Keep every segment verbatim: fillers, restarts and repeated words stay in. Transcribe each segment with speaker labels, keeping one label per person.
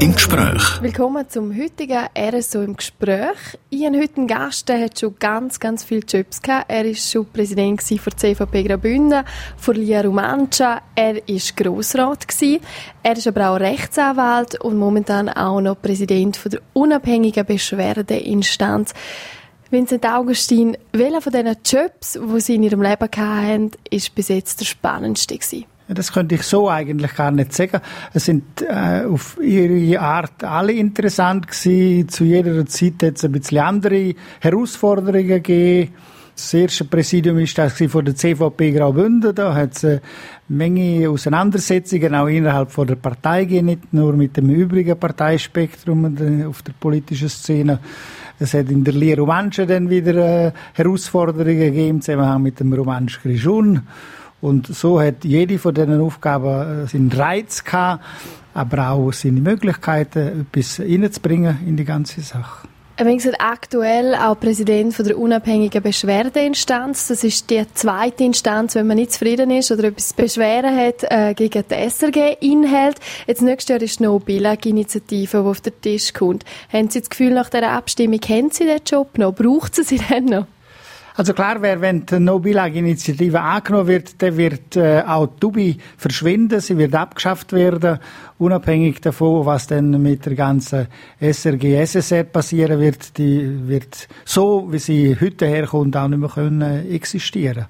Speaker 1: im Gespräch.
Speaker 2: Willkommen zum heutigen R S O im Gespräch. Ich habe heute einen Gast, der hat schon ganz, ganz viele Jobs gehabt. Er war schon Präsident von der C V P Graubünden, von Lia Romancia. Er war Grossrat gewesen. Er ist aber auch Rechtsanwalt und momentan auch noch Präsident von der unabhängigen Beschwerdeinstanz. Vincent Augustin, welcher von diesen Jobs, die Sie in Ihrem Leben hatten, war bis jetzt der spannendste gewesen?
Speaker 3: Das könnte ich so eigentlich gar nicht sagen. Es sind äh, auf ihre Art alle interessant gewesen. Zu jeder Zeit hat es ein bisschen andere Herausforderungen gegeben. Das erste Präsidium war das von der C V P Graubünden. Da hat es eine Menge Auseinandersetzungen auch innerhalb von der Partei gegeben, nicht nur mit dem übrigen Parteispektrum auf der politischen Szene. Es hat in der Lia Romancia dann wieder äh, Herausforderungen gegeben im Zusammenhang mit dem Romansch Grischun. Und so hat jede von diesen Aufgaben seinen Reiz gehabt, aber auch seine Möglichkeiten, etwas reinzubringen in die ganze Sache.
Speaker 2: Wie gesagt, aktuell auch Präsident von der unabhängigen Beschwerdeinstanz. Das ist die zweite Instanz, wenn man nicht zufrieden ist oder etwas zu beschweren hat äh, gegen die S R G-Inhalt. Jetzt nächstes Jahr ist die No-Bilag-Initiative, die auf den Tisch kommt. Haben Sie das Gefühl, nach dieser Abstimmung, haben Sie den Job noch? Braucht Sie sie denn noch?
Speaker 3: Also klar wäre, wenn die No-Bilag-Initiative angenommen wird, dann wird äh, auch die U B I verschwinden, sie wird abgeschafft werden, unabhängig davon, was dann mit der ganzen S R G S S R passieren wird. Die wird so, wie sie heute herkommt, auch nicht mehr können existieren.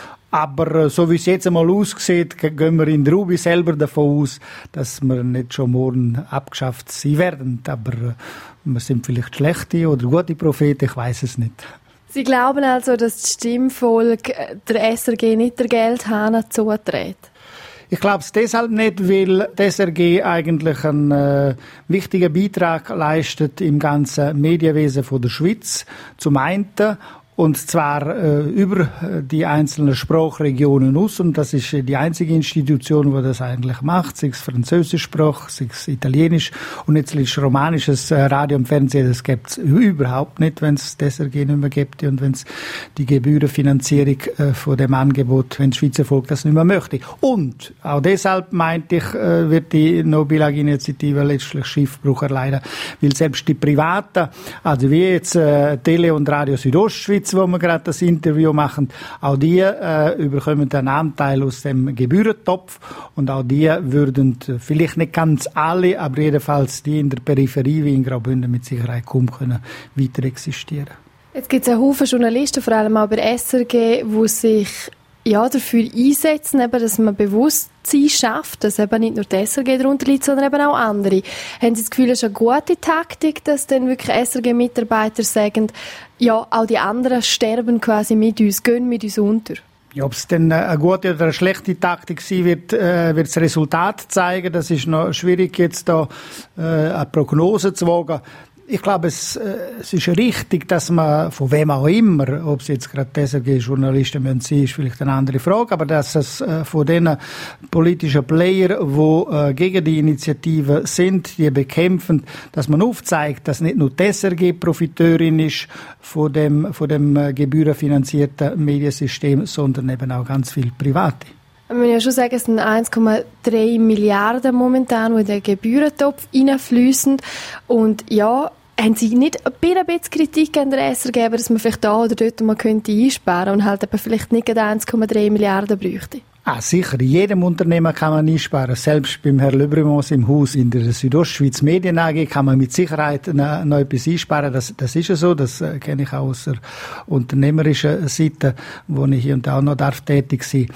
Speaker 3: Aber so wie es jetzt einmal aussieht, gehen wir in der U B I selber davon aus, dass wir nicht schon morgen abgeschafft sein werden. Aber wir sind vielleicht schlechte oder gute Propheten, ich weiß es nicht.
Speaker 2: Sie glauben also, dass das Stimmvolk der S R G nicht der Geldhahn zudreht?
Speaker 3: Ich glaube es deshalb nicht, weil die S R G eigentlich einen äh, wichtigen Beitrag leistet im ganzen Medienwesen von der Schweiz. Zum einen, und zwar äh, über die einzelnen Sprachregionen aus. Und das ist die einzige Institution, die das eigentlich macht. Sei es Französischsprach, sei es Italienisch und jetzt ist romanisches äh, Radio und Fernsehen. Das gibt es überhaupt nicht, wenn es das S R G nicht mehr gibt und wenn es die Gebührenfinanzierung äh, von dem Angebot, wenn das Schweizer Volk das nicht mehr möchte. Und auch deshalb meinte ich, äh, wird die No-Bilag-Initiative letztlich Schiffbruch erleiden. Weil selbst die Privaten, also wie jetzt äh, Tele und Radio Südostschweiz, wo wir gerade das Interview machen, auch die äh, überkommen einen Anteil aus dem Gebührentopf und auch die würden vielleicht nicht ganz alle, aber jedenfalls die in der Peripherie wie in Graubünden mit Sicherheit kaum können weiter existieren.
Speaker 2: Jetzt gibt es einen Haufen Journalisten, vor allem auch bei der S R G, die sich ja, dafür einsetzen, eben, dass man Bewusstsein schafft, dass eben nicht nur die S R G darunter liegt, sondern eben auch andere. Haben Sie das Gefühl, es ist eine gute Taktik, dass dann wirklich S R G-Mitarbeiter sagen, ja, auch die anderen sterben quasi mit uns, gehen mit uns unter?
Speaker 3: Ja, ob es denn eine gute oder eine schlechte Taktik sein wird, äh, wird das Resultat zeigen. Das ist noch schwierig, jetzt da äh, eine Prognose zu wagen. Ich glaube, es, äh, es ist richtig, dass man, von wem auch immer, ob es jetzt gerade die S R G-Journalisten müssen sein, ist vielleicht eine andere Frage, aber dass es äh, von den politischen Playern, die äh, gegen die Initiative sind, die bekämpfen, dass man aufzeigt, dass nicht nur die S R G Profiteurin ist von dem, von dem äh, gebührenfinanzierten Mediensystem, sondern eben auch ganz viele Private.
Speaker 2: Man muss ja schon sagen, es sind eins Komma drei Milliarden momentan, die in den Gebührentopf reinfliessen. Und ja, haben Sie nicht ein bisschen Kritik an der S R G, dass man vielleicht da oder dort mal könnte einsparen und halt eben vielleicht nicht eins Komma drei Milliarden bräuchte?
Speaker 3: Ah, sicher. In jedem Unternehmen kann man einsparen. Selbst beim Herrn Lebremont im Haus in der Südostschweiz Medien A G kann man mit Sicherheit noch, noch etwas einsparen. Das, das ist ja so. Das äh, kenne ich auch aus der unternehmerischen Seite, wo ich hier und da auch noch darf tätig sein.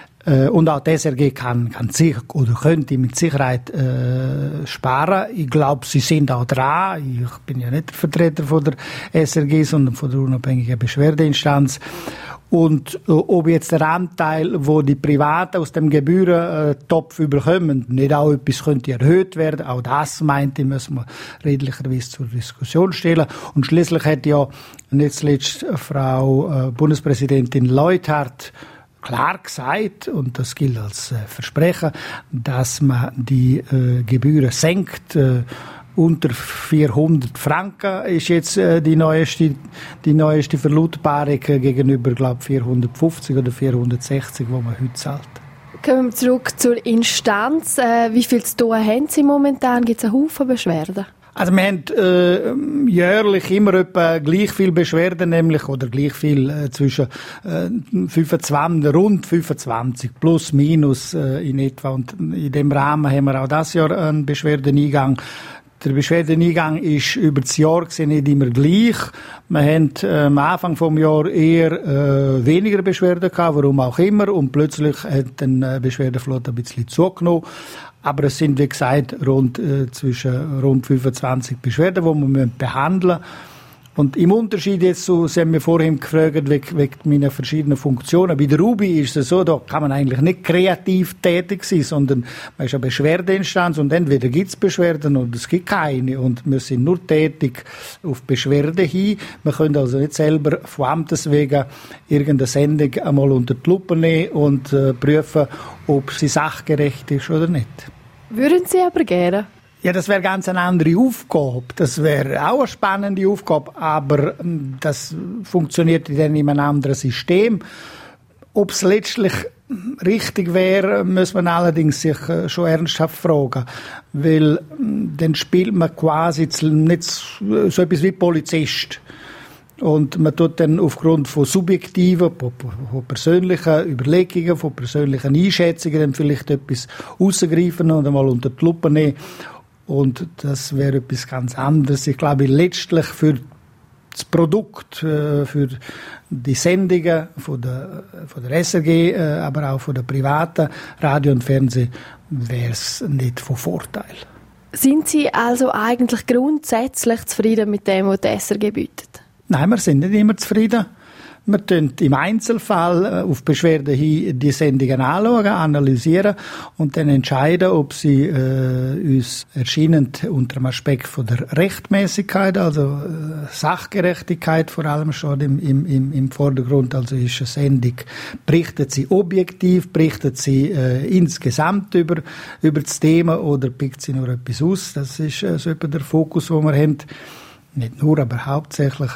Speaker 3: Und auch die S R G kann, kann sich oder könnte mit Sicherheit äh, sparen. Ich glaube, sie sind auch dran. Ich bin ja nicht der Vertreter von der S R G, sondern von der unabhängigen Beschwerdeinstanz. Und äh, ob jetzt der Anteil, wo die Privaten aus dem Gebührentopf überkommen, nicht auch etwas könnte erhöht werden, auch das meinte ich, müssen wir redlicherweise zur Diskussion stellen. Und schließlich hat ja nicht zuletzt Frau äh, Bundespräsidentin Leuthard klar gesagt, und das gilt als äh, Versprechen, dass man die äh, Gebühren senkt. Äh, unter vierhundert Franken ist jetzt äh, die neueste, die neueste Verlautbarung äh, gegenüber, glaube vierhundertfünfzig oder vierhundertsechzig, wo man heute zahlt.
Speaker 2: Kommen wir zurück zur Instanz. Äh, wie viel zu tun haben Sie momentan? Gibt es einen Haufen Beschwerden?
Speaker 3: Also wir haben äh, jährlich immer etwa gleich viel Beschwerden, nämlich, oder gleich viel äh, zwischen äh, fünfundzwanzig, rund fünfundzwanzig, plus, minus äh, in etwa. Und in dem Rahmen haben wir auch das Jahr einen Beschwerdeneingang. Der Beschwerdeneingang ist über das Jahr gesehen nicht immer gleich. Wir haben äh, am Anfang des Jahres eher äh, weniger Beschwerden gehabt, warum auch immer, und plötzlich hat die äh, Beschwerdeflotte ein bisschen zugenommen. Aber es sind, wie gesagt, rund, äh, zwischen rund fünfundzwanzig Beschwerden, die wir behandeln müssen. Und im Unterschied jetzt so, Sie haben mir vorhin gefragt, wegen, wegen meiner verschiedenen Funktionen. Bei der Ruby ist es so, da kann man eigentlich nicht kreativ tätig sein, sondern man ist eine Beschwerdeinstanz und entweder gibt es Beschwerden oder es gibt keine. Und wir sind nur tätig auf Beschwerde hin. Wir können also nicht selber von Amtes wegen irgendeine Sendung einmal unter die Lupe nehmen und äh, prüfen, ob sie sachgerecht ist oder nicht.
Speaker 2: Würden Sie aber gerne?
Speaker 3: Ja, das wäre ganz eine andere Aufgabe. Das wäre auch eine spannende Aufgabe, aber das funktioniert dann in einem anderen System. Ob es letztlich richtig wäre, muss man allerdings sich schon ernsthaft fragen, weil dann spielt man quasi nicht so etwas wie Polizist. Und man tut dann aufgrund von subjektiven, von persönlichen Überlegungen, von persönlichen Einschätzungen dann vielleicht etwas rausgreifen und einmal unter die Lupe nehmen. Und das wäre etwas ganz anderes. Ich glaube, letztlich für das Produkt, für die Sendungen von der, von der S R G, aber auch von der privaten Radio und Fernsehen, wäre es nicht von Vorteil.
Speaker 2: Sind Sie also eigentlich grundsätzlich zufrieden mit dem, was die S R G bietet?
Speaker 3: Nein, wir sind nicht immer zufrieden. Wir schauen im Einzelfall auf Beschwerden hin die Sendungen anschauen, analysieren und dann entscheiden, ob sie äh, uns erscheinen unter dem Aspekt von der Rechtmäßigkeit, also äh, Sachgerechtigkeit vor allem schon im, im, im Vordergrund. Also ist eine Sendung, berichtet sie objektiv, berichtet sie äh, insgesamt über, über das Thema oder pickt sie nur etwas aus. Das ist äh, so etwa der Fokus, den wir haben. Nicht nur, aber hauptsächlich.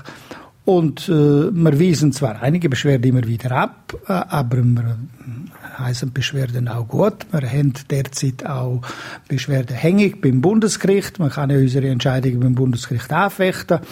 Speaker 3: Und äh, wir weisen zwar einige Beschwerden immer wieder ab, äh, aber wir heißen Beschwerden auch gut. Wir haben derzeit auch Beschwerden hängig beim Bundesgericht. Man kann ja unsere Entscheidungen beim Bundesgericht anfechten.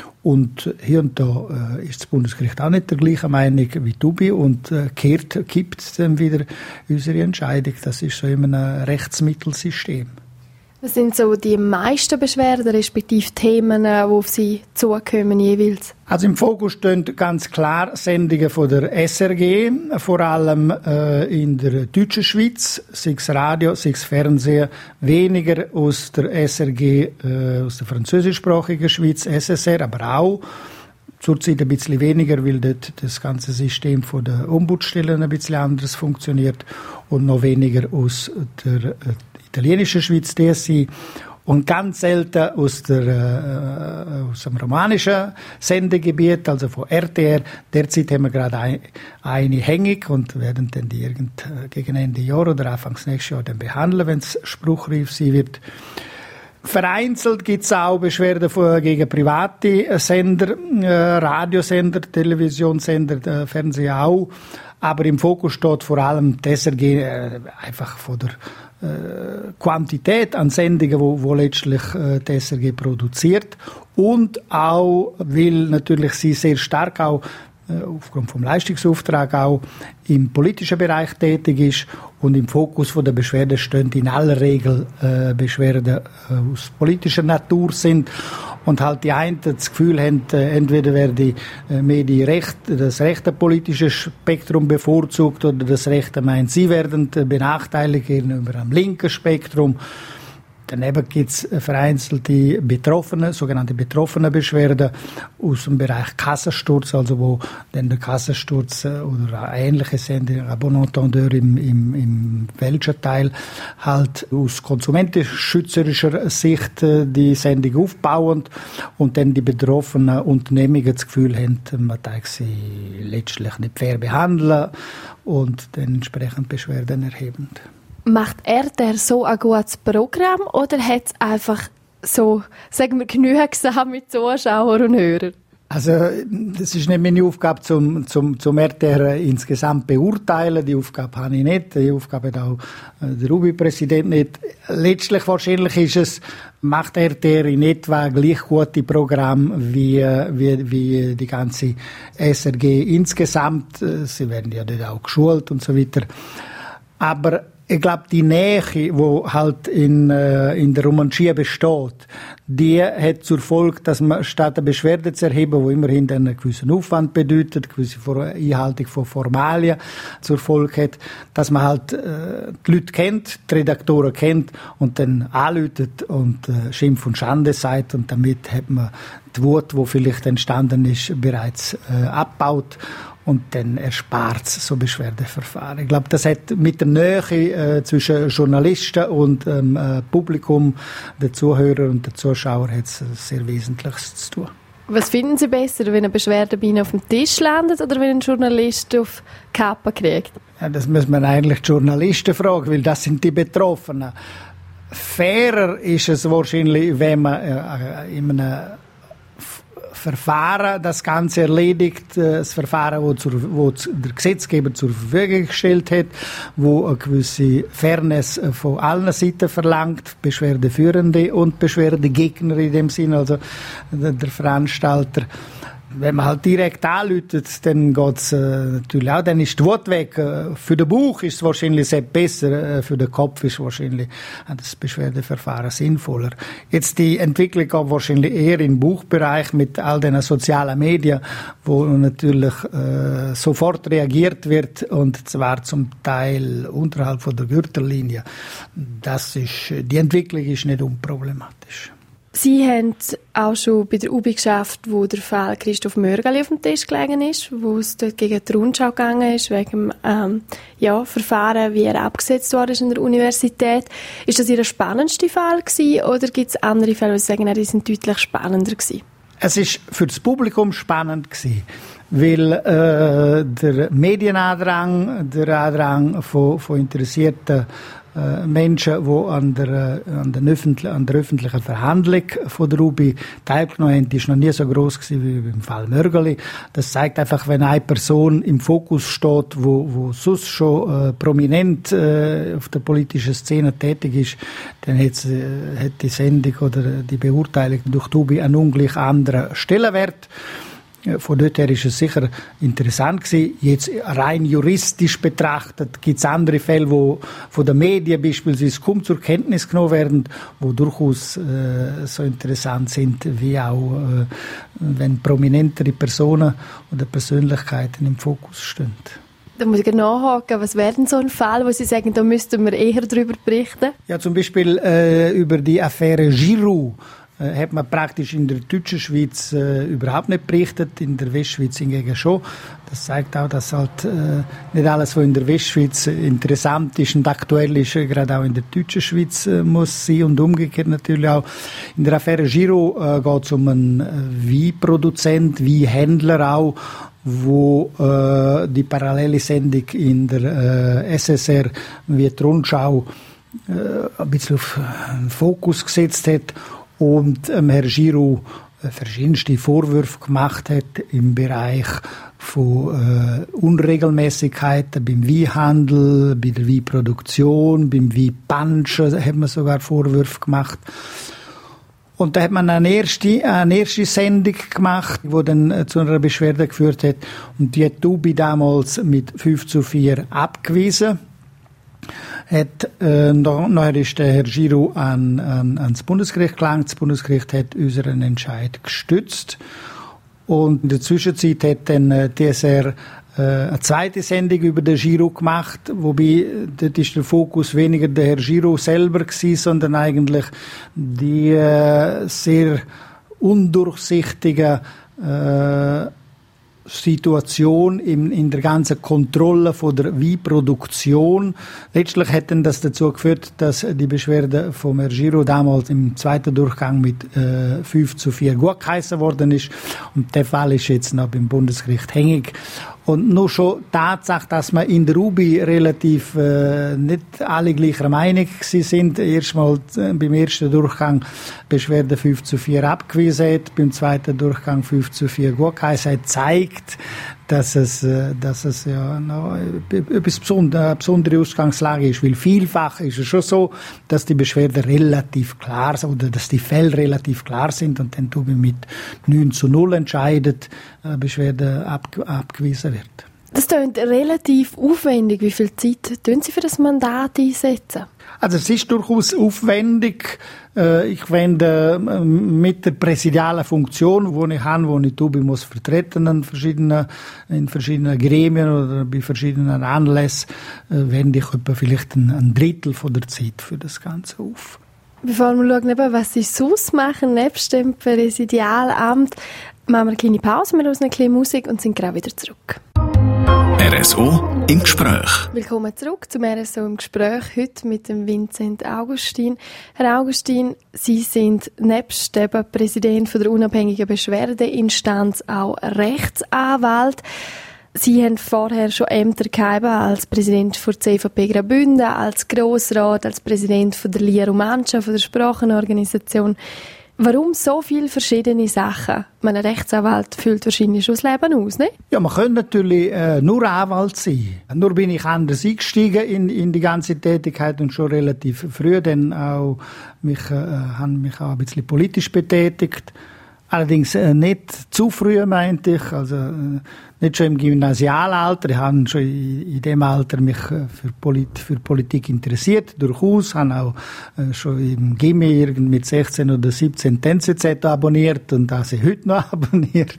Speaker 3: Und hier und da äh, ist das Bundesgericht auch nicht der gleichen Meinung wie Tubi und äh, kehrt, kippt dann wieder unsere Entscheidung. Das ist so immer ein Rechtsmittelsystem.
Speaker 2: Was sind so die meisten Beschwerden, respektive Themen, die auf Sie zukommen jeweils?
Speaker 3: Also im Fokus stehen ganz klar Sendungen von der S R G, vor allem äh, in der deutschen Schweiz, sei es Radio, sei es Fernsehen, weniger aus der S R G, äh, aus der französischsprachigen Schweiz, S S R, aber auch zurzeit ein bisschen weniger, weil dort das ganze System von der Ombudsstellen ein bisschen anders funktioniert und noch weniger aus der äh, italienische Schweiz, D S I, und ganz selten aus, der, äh, aus dem romanischen Sendegebiet, also von R T R. Derzeit haben wir gerade ein, eine hängig und werden dann die irgend, gegen Ende Jahr oder Anfangs nächstes Jahr dann behandeln, wenn es spruchreif sein wird. Vereinzelt gibt es auch Beschwerden von, gegen private Sender, äh, Radiosender, Televisionssender, äh, Fernsehen auch. Aber im Fokus steht vor allem die S R G äh, einfach von der äh, Quantität an Sendungen, wo, wo letztlich äh, die S R G produziert, und auch, weil natürlich sie sehr stark auch äh, aufgrund vom Leistungsauftrag auch im politischen Bereich tätig ist, und im Fokus von der Beschwerden stehen in aller Regel äh, Beschwerden äh, aus politischer Natur sind. Und halt die einen das Gefühl haben, äh, entweder werde äh, mehr die Recht, das rechte politische Spektrum bevorzugt oder das rechte meint, sie werden äh, benachteiligt gegenüber am linken Spektrum. Daneben gibt es vereinzelte Betroffene, sogenannte betroffene Beschwerden aus dem Bereich Kassensturz, also wo dann der Kassensturz oder ähnliche Sendung, à bon entendeur im, im, im welschen Teil, halt aus konsumentenschützerischer Sicht die Sendung aufbauen und dann die betroffenen Unternehmungen das Gefühl haben, man darf sie letztlich nicht fair behandeln und dann entsprechend Beschwerden erheben.
Speaker 2: Macht R T R so ein gutes Programm oder hat es einfach so, sagen wir, genügsam mit Zuschauern und Hörern?
Speaker 3: Also, das ist nicht meine Aufgabe, zum, zum, zum R T R insgesamt beurteilen. Die Aufgabe habe ich nicht. Die Aufgabe hat auch der Ruby-Präsident nicht. Letztlich wahrscheinlich ist es, macht R T R in etwa gleich gute Programme wie, wie, wie die ganze S R G insgesamt. Sie werden ja dort auch geschult und so weiter. Aber ich glaube, die Nähe, die halt in, äh, in der Romanschia besteht, die hat zur Folge, dass man statt eine Beschwerde zu erheben, wo immerhin einen gewissen Aufwand bedeutet, eine gewisse Einhaltung von Formalien zur Folge hat, dass man halt äh, die Leute kennt, die Redaktoren kennt und dann anruft und äh, Schimpf und Schande sagt und damit hat man die Wut, die vielleicht entstanden ist, bereits äh, abgebaut. Und dann erspart es so Beschwerdeverfahren. Ich glaube, das hat mit der Nähe äh, zwischen Journalisten und ähm, äh, Publikum, den Zuhörern und den Zuschauern, hat es sehr Wesentliches zu tun.
Speaker 2: Was finden Sie besser, wenn eine Beschwerde bei Ihnen auf dem Tisch landet oder wenn ein Journalist auf Kappe kriegt?
Speaker 3: Ja, das muss man eigentlich die Journalisten fragen, weil das sind die Betroffenen. Fairer ist es wahrscheinlich, wenn man äh, in einem Verfahren das Ganze erledigt, das Verfahren, wo, zur, wo der Gesetzgeber zur Verfügung gestellt hat, wo eine gewisse Fairness von allen Seiten verlangt, Beschwerdeführende und Beschwerdegegner in dem Sinne, also der Veranstalter. Wenn man halt direkt anläutet, dann geht's äh, natürlich auch, dann ist die Wut weg. Für den Bauch ist es wahrscheinlich sehr besser, für den Kopf ist wahrscheinlich das Beschwerdeverfahren sinnvoller. Jetzt die Entwicklung geht wahrscheinlich eher im Bauchbereich mit all den sozialen Medien, wo natürlich äh, sofort reagiert wird und zwar zum Teil unterhalb von der Gürtellinie. Das ist, die Entwicklung ist nicht unproblematisch.
Speaker 2: Sie haben auch schon bei der U B I geschafft, wo der Fall Christoph Mörgeli auf dem Tisch gelegen ist, wo es dort gegen die Rundschau gegangen ist, wegen ähm, ja, Verfahren, wie er abgesetzt worden ist an der Universität. Ist das Ihr spannendste Fall gewesen, oder gibt es andere Fälle, die Sie sagen, die sind deutlich spannender gewesen?
Speaker 3: Es ist für das Publikum spannend gewesen, weil äh, der Medienandrang, der Andrang von, von interessierten Menschen, die an der, an, der öffentlich, an der öffentlichen Verhandlung von der U B I teilgenommen haben, die ist noch nie so gross gewesen wie beim Fall Mörgeli. Das zeigt einfach, wenn eine Person im Fokus steht, wo, wo sonst schon äh, prominent äh, auf der politischen Szene tätig ist, dann hat, äh, hat die Sendung oder die Beurteilung durch die U B I einen ungleich anderen Stellenwert. Von dort her ist es sicher interessant gewesen. Jetzt rein juristisch betrachtet gibt es andere Fälle, wo von den Medien beispielsweise kaum zur Kenntnis genommen werden, wo durchaus äh, so interessant sind, wie auch äh, wenn prominentere Personen oder Persönlichkeiten im Fokus stehen.
Speaker 2: Da muss ich nachhaken, was wäre denn so ein Fall, wo Sie sagen, da müssten wir eher darüber berichten?
Speaker 3: Ja, zum Beispiel äh, über die Affäre Giroud. Hat man praktisch in der deutschen Schweiz äh, überhaupt nicht berichtet, in der Westschweiz hingegen schon. Das zeigt auch, dass halt äh, nicht alles, was in der Westschweiz interessant ist und aktuell ist, äh, gerade auch in der deutschen Schweiz äh, muss sein und umgekehrt natürlich auch. In der Affäre Giroud äh, geht es um einen äh, Weinproduzent, Weinhändler auch, wo äh, die parallele Sendung in der äh, S S R wie die Rundschau äh, ein bisschen auf einen Fokus gesetzt hat und ähm, Herr Giroud äh, verschiedenste Vorwürfe gemacht hat im Bereich von äh, Unregelmäßigkeiten beim Weinhandel, bei der Weinproduktion, beim Weinpanschen hat man sogar Vorwürfe gemacht. Und da hat man eine erste, eine erste Sendung gemacht, die dann äh, zu einer Beschwerde geführt hat. Und die hat die U B I damals mit fünf zu vier abgewiesen. Hat, äh, nachher ist der Herr Giroud an, an, ans Bundesgericht gelangt. Das Bundesgericht hat unseren Entscheid gestützt. Und in der Zwischenzeit hat dann äh, die S R äh, eine zweite Sendung über den Giroud gemacht, wobei dort ist der Fokus weniger der Herr Giroud selber gewesen, sondern eigentlich die äh, sehr undurchsichtige äh, Situation in, in der ganzen Kontrolle von der Weinproduktion. Letztlich hat dann das dazu geführt, dass die Beschwerde von Herrn Giroud damals im zweiten Durchgang mit äh, fünf zu vier gutgeheissen worden ist. Und der Fall ist jetzt noch beim Bundesgericht hängig. Und nur schon die Tatsache, dass wir in der U B I relativ äh, nicht alle gleicher Meinung sind. Erstmal äh, beim ersten Durchgang Beschwerde fünf zu vier abgewiesen hat, beim zweiten Durchgang fünf zu vier gut geheißen hat, zeigt, dass es, äh, dass es ja noch etwas Besonderes, eine besondere Ausgangslage ist. Weil vielfach ist es schon so, dass die Beschwerden relativ klar sind oder dass die Fälle relativ klar sind und dann tun wir mit neun zu null entscheidet, äh, Beschwerde ab, abgewiesen wird.
Speaker 2: Das klingt relativ aufwendig. Wie viel Zeit tun Sie für das Mandat einsetzen?
Speaker 3: Also es ist durchaus aufwendig. Ich wende mit der präsidialen Funktion, die ich habe, die ich tue, ich muss vertreten in verschiedenen, in verschiedenen Gremien oder bei verschiedenen Anlässen, wende ich etwa vielleicht ein Drittel von der Zeit für das Ganze auf.
Speaker 2: Bevor wir schauen, was Sie sonst machen, nebst dem Präsidialamt, machen wir eine kleine Pause, wir hören eine kleine Musik und sind gerade wieder zurück.
Speaker 1: R S O im Gespräch.
Speaker 2: Willkommen zurück zum R S O im Gespräch, heute mit dem Vincent Augustin. Herr Augustin, Sie sind nebst eben Präsident von der unabhängigen Beschwerdeinstanz auch Rechtsanwalt. Sie haben vorher schon Ämter gehabt als Präsident der C V P Graubünden, als Grossrat, als Präsident von der Lia Romancia, von der Sprachenorganisation. Warum so viele verschiedene Sachen? Ein Rechtsanwalt füllt wahrscheinlich schon das Leben aus, ne?
Speaker 3: Ja, man könnte natürlich äh, nur Anwalt sein. Nur bin ich anders eingestiegen in, in die ganze Tätigkeit und schon relativ früh dann auch mich, äh, haben mich auch ein bisschen politisch betätigt. Allerdings äh, nicht zu früh, meinte ich, also äh, nicht schon im Gymnasialalter. Ich habe schon in, in dem Alter mich äh, für, Polit, für Politik interessiert, durchaus. Habe auch äh, schon im Gimmi mit sechzehn oder siebzehn die N Z Z abonniert und das ich heute noch abonniert.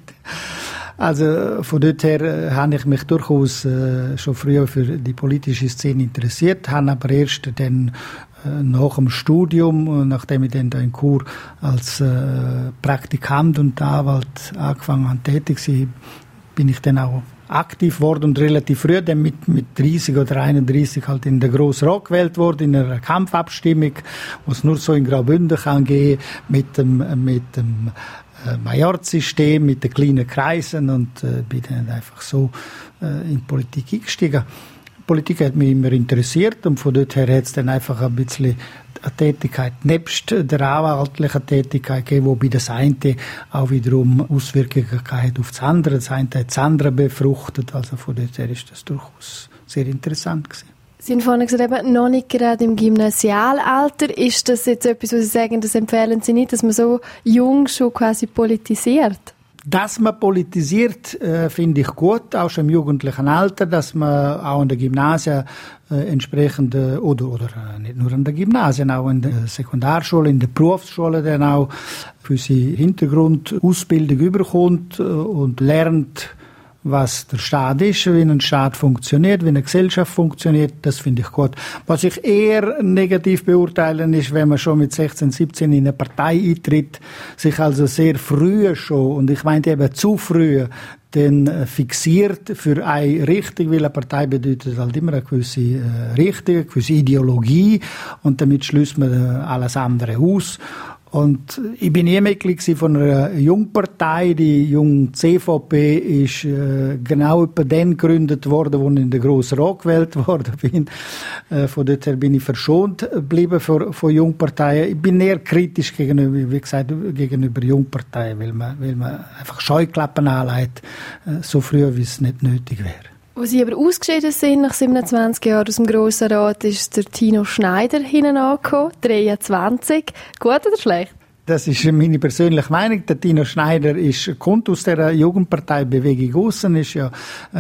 Speaker 3: Also von dort her äh, habe ich mich durchaus äh, schon früher für die politische Szene interessiert, habe aber erst dann äh, nach dem Studium, nachdem ich dann da in Chur als äh, Praktikant und Anwalt angefangen habe tätig zu sein, bin ich dann auch aktiv worden und relativ früh dann mit, mit dreißig oder einunddreißig halt in der Grossen Rat gewählt worden, in einer Kampfabstimmung, wo es nur so in Graubünden kann gehen, mit dem, mit dem Majorzsystem, mit den kleinen Kreisen und äh, bin dann einfach so äh, in Politik eingestiegen. Politik hat mich immer interessiert und von dort her hat es dann einfach ein bisschen eine Tätigkeit nebst der anwaltlichen Tätigkeit gegeben, wobei das eine auch wiederum Auswirkungen hat auf das andere. Das eine hat das andere befruchtet, also von dort her ist das durchaus sehr interessant gewesen.
Speaker 2: Sie haben vorhin gesagt, eben noch nicht gerade im Gymnasialalter. Ist das jetzt etwas, was Sie sagen, das empfehlen Sie nicht, dass man so jung schon quasi politisiert?
Speaker 3: Dass man politisiert, äh, finde ich gut, auch schon im jugendlichen Alter, dass man auch an der Gymnasien äh, entsprechend, äh, oder, oder äh, nicht nur an der Gymnasien, auch in der Sekundarschule, in der Berufsschule dann auch für seine Hintergrundausbildung überkommt äh, und lernt, was der Staat ist, wie ein Staat funktioniert, wie eine Gesellschaft funktioniert, das finde ich gut. Was ich eher negativ beurteilen ist, wenn man schon mit sechzehn, siebzehn in eine Partei eintritt, sich also sehr früh schon, und ich meine eben zu früh, dann fixiert für eine Richtung, weil eine Partei bedeutet halt immer eine gewisse äh, Richtung, eine gewisse Ideologie und damit schließt man äh, alles andere aus. Und ich bin nie Mitglied von einer Jungpartei. Die Jung C V P ist äh, genau etwa dann gegründet worden, wo ich in den Grossen Rat gewählt worden bin. Äh, von dort her bin ich verschont geblieben von, von Jungparteien. Ich bin eher kritisch gegenüber, wie gesagt, gegenüber Jungparteien, weil man, weil man einfach Scheuklappen anlegt, äh, so früh, wie es nicht nötig wäre.
Speaker 2: Wo Sie aber ausgeschieden sind, nach siebenundzwanzig Jahren aus dem Grossen Rat, ist der Tino Schneider hinten angekommen, dreiundzwanzig. Gut oder schlecht?
Speaker 3: Das ist meine persönliche Meinung. Der Tino Schneider ist, kommt aus der Jugendpartei Bewegung Aussen, ist ja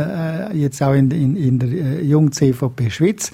Speaker 3: äh, jetzt auch in, in, in der äh, Jung C V P Schweiz.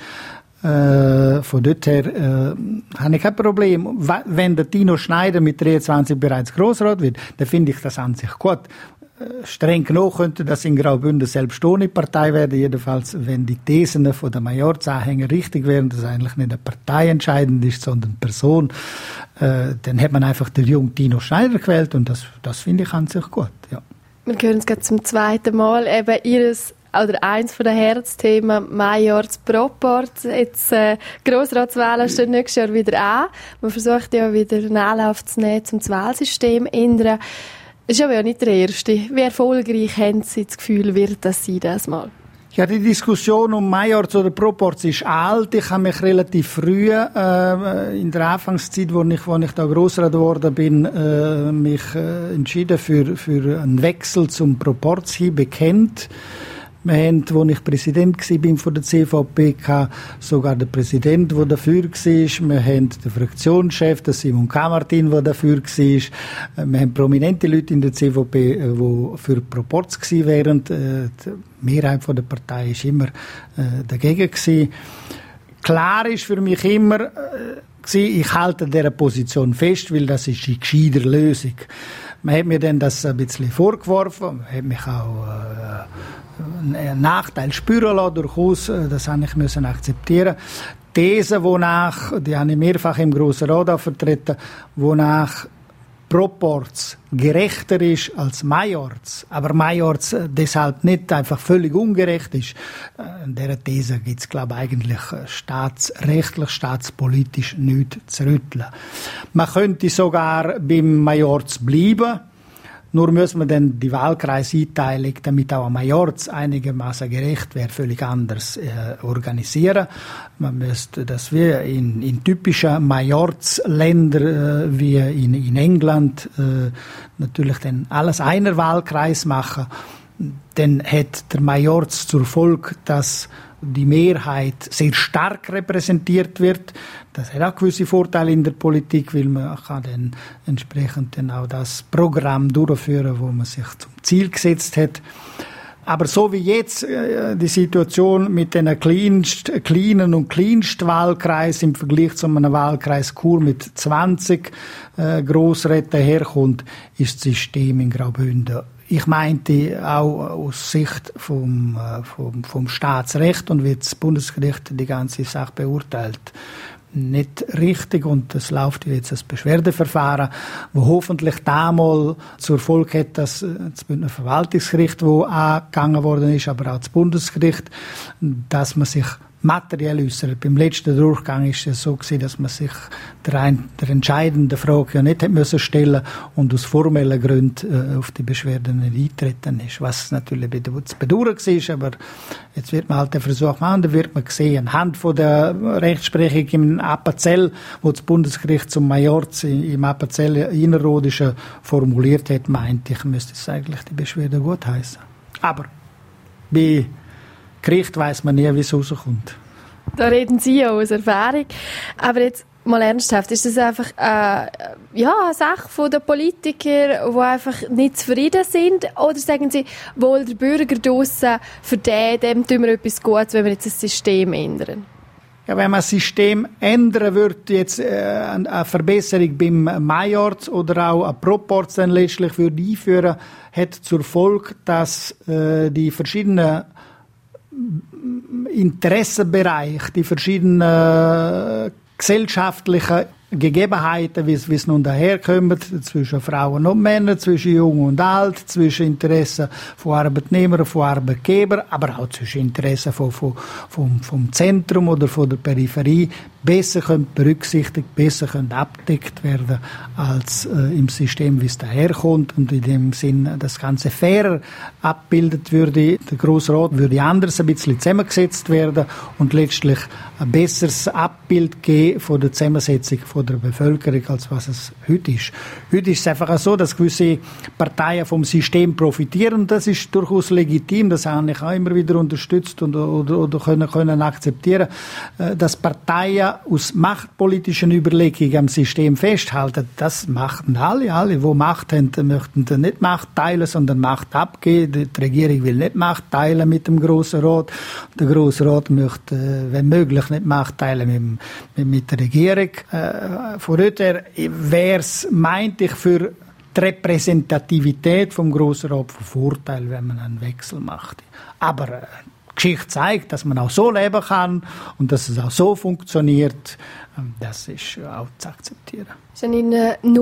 Speaker 3: Äh, von dort her äh, habe ich kein Problem. Wenn der Tino Schneider mit dreiundzwanzig bereits Grossrat wird, dann finde ich das an sich gut. Streng genug könnte das in Graubünden selbst ohne Partei werden, jedenfalls wenn die Thesen von der Majorsanhänger richtig wären, dass eigentlich nicht eine Partei entscheidend ist, sondern eine Person, äh, dann hat man einfach den jungen Tino Schneider gewählt und das, das finde ich an sich gut. Ja.
Speaker 2: Wir hören es gerade zum zweiten Mal, eben Ihres oder eins von den Herzthemen Majorzproport. Jetzt äh, Grossratswahlen stehen nächstes Jahr wieder an. Man versucht ja wieder einen Anlauf zu nehmen, um das Wahlsystem zu ändern. Das ist aber ja nicht der Erste. Wie erfolgreich haben Sie das Gefühl, wird das sein, das Mal?
Speaker 3: Ja, die Diskussion um Majorz oder Proporz ist alt. Ich habe mich relativ früh, äh, in der Anfangszeit, wo ich, wo ich da Grossrat geworden bin, äh, mich äh, entschieden für, für einen Wechsel zum Proporz hin bekennt. Wir haben, als ich Präsident war von der C V P, sogar den Präsident, der dafür war. Wir haben den Fraktionschef, den Simon Kamartin, der dafür war. Wir haben prominente Leute in der C V P, die für Proporz waren. Die Mehrheit der Partei war immer dagegen. Klar ist für mich immer, ich halte an dieser Position fest, weil das ist die gescheite Lösung. Man hat mir dann das ein bisschen vorgeworfen, man hat mich auch äh, einen Nachteil spüren lassen, durchaus, das habe ich müssen akzeptieren. These, wonach, die habe ich mehrfach im Grossen Rat auch vertreten, wonach Proporz gerechter ist als Majorz, aber Majorz deshalb nicht einfach völlig ungerecht ist. In dieser These gibt es, glaube ich, eigentlich staatsrechtlich, staatspolitisch nichts zu rütteln. Man könnte sogar beim Majorz bleiben, nur muss man dann die Wahlkreiseinteilung, damit auch ein Majorz einigermaßen gerecht wäre, völlig anders äh, organisieren. Man müsste das wie in, in typischen Majorz-Ländern äh, wie in, in England äh, natürlich dann alles einer Wahlkreis machen. Dann hat der Majorz zur Folge, dass die Mehrheit sehr stark repräsentiert wird. Das hat auch gewisse Vorteile in der Politik, weil man kann dann entsprechend dann auch das Programm durchführen, wo man sich zum Ziel gesetzt hat. Aber so wie jetzt äh, die Situation mit den kleinst, kleinen und Kleinstwahlkreisen im Vergleich zu einem Wahlkreis Chur mit zwanzig äh, Grossräten herkommt, ist das System in Graubünden, ich meinte auch aus Sicht vom, vom, vom Staatsrecht und wie das Bundesgericht die ganze Sache beurteilt, nicht richtig. Und es läuft jetzt ein Beschwerdeverfahren, wo hoffentlich damals zur Folge hat, dass das Bündner Verwaltungsgericht, wo angegangen worden ist, aber auch das Bundesgericht, dass man sich materiell äußert. Beim letzten Durchgang ist es so gewesen, dass man sich der, ein, der entscheidenden Frage ja nicht hat müssen stellen und aus formellen Gründen äh, auf die Beschwerden nicht eingetreten ist. Was natürlich zu bedauern war, aber jetzt wird man halt den Versuch machen, da wird man sehen, anhand von der Rechtsprechung im Appenzell, wo das Bundesgericht zum Majorz im Appenzell Innerrhodischen formuliert hat, meinte ich, müsste es eigentlich die Beschwerde gutheissen. Aber bei Gericht weiss man nie, wie es rauskommt.
Speaker 2: Da reden Sie ja aus Erfahrung. Aber jetzt mal ernsthaft, ist das einfach äh, ja, eine Sache der Politiker, die einfach nicht zufrieden sind? Oder sagen Sie, wohl der Bürger draussen, für den, dem tun wir etwas Gutes, wenn wir jetzt das System ändern?
Speaker 3: Ja, wenn man das System ändern würde, jetzt äh, eine Verbesserung beim Majorz oder auch eine Proporz dann letztlich würde einführen, hat zur Folge, dass äh, die verschiedenen Interessenbereich, die verschiedenen gesellschaftlichen Gegebenheiten, wie es, wie es nun daherkommen, zwischen Frauen und Männern, zwischen Jung und Alt, zwischen Interessen von Arbeitnehmern und von Arbeitgebern, aber auch zwischen Interessen von, von, vom, vom Zentrum oder von der Peripherie, besser können berücksichtigt, besser können abgedeckt werden als äh, im System, wie es daherkommt und in dem Sinn das Ganze fairer abbildet würde. Der Grosse Rat würde anders ein bisschen zusammengesetzt werden und letztlich ein besseres Abbild geben von der Zusammensetzung von der Bevölkerung, als was es heute ist. Heute ist es einfach so, dass gewisse Parteien vom System profitieren. Das ist durchaus legitim. Das habe ich auch immer wieder unterstützt und, oder, oder können, können akzeptieren, dass Parteien aus machtpolitischen Überlegungen am System festhalten. Das machten alle. Alle, die Macht haben, möchten nicht Macht teilen, sondern Macht abgeben. Die Regierung will nicht Macht teilen mit dem Grossen Rat. Der Grosse Rat möchte, wenn möglich, nicht Macht teilen mit, mit der Regierung. Von daher wäre es, meinte ich, für die Repräsentativität vom Grossen Rat von Vorteil, wenn man einen Wechsel macht. Aber äh, die Geschichte zeigt, dass man auch so leben kann und dass es auch so funktioniert. Das ist auch zu akzeptieren.
Speaker 2: Ist Ihnen nur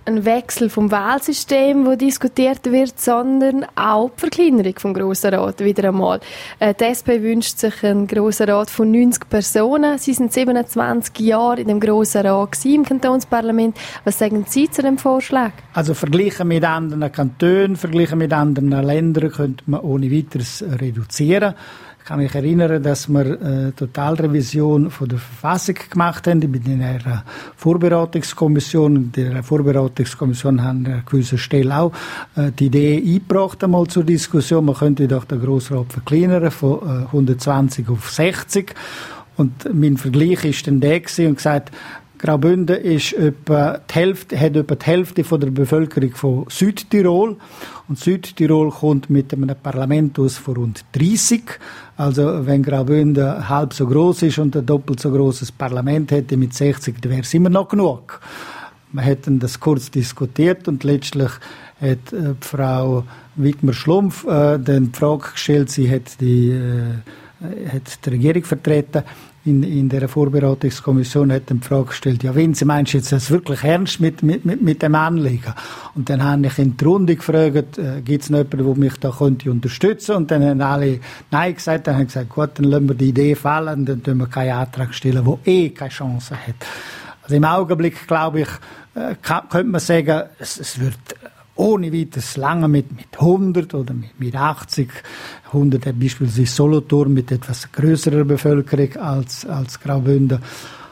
Speaker 2: ein Wechsel vom Wahlsystem, wo diskutiert wird, sondern auch die Verkleinerung vom Grossen Rat wieder einmal. Äh, die S P wünscht sich einen Grossen Rat von neunzig Personen. Sie sind siebenundzwanzig Jahre in dem Grossen Rat gewesen, im Kantonsparlament. Was sagen Sie zu dem Vorschlag?
Speaker 3: Also verglichen mit anderen Kantonen, verglichen mit anderen Ländern könnte man ohne weiteres reduzieren. Ich kann mich erinnern, dass wir eine Totalrevision von der Verfassung gemacht haben. Ich bin in einer Vorbereitungskommission. In der Vorbereitungskommission haben wir an gewissen Stellen auch die Idee eingebracht einmal zur Diskussion. Man könnte doch den Grossrat verkleinern von hundertzwanzig auf sechzig. Und mein Vergleich ist dann der gewesen und gesagt, Graubünden ist etwa die Hälfte, hat etwa die Hälfte von der Bevölkerung von Südtirol. Und Südtirol kommt mit einem Parlament aus von rund dreissig. Also, wenn Graubünden halb so groß ist und ein doppelt so großes Parlament hätte mit sechzig, dann wäre es immer noch genug. Wir hätten das kurz diskutiert und letztlich hat äh, die Frau Wittmer-Schlumpf äh, dann die Frage gestellt, sie hat die, äh, hat die Regierung vertreten. In, in der Vorbereitungskommission hat die Frage gestellt, ja, Vinzi, meinst du jetzt das wirklich ernst mit, mit, mit, mit dem Anliegen? Und dann habe ich in die Runde gefragt, äh, gibt es noch jemanden, der mich da könnte unterstützen? Und dann haben alle Nein gesagt. Dann haben sie gesagt, gut, dann lassen wir die Idee fallen, dann tun wir keinen Antrag stellen, der eh keine Chance hat. Also im Augenblick, glaube ich, äh, kann, könnte man sagen, es, es wird ohne weiteres lange mit, mit hundert oder mit, mit achtzig. hundert hat beispielsweise Solothurn mit etwas grösserer Bevölkerung als, als Graubünden.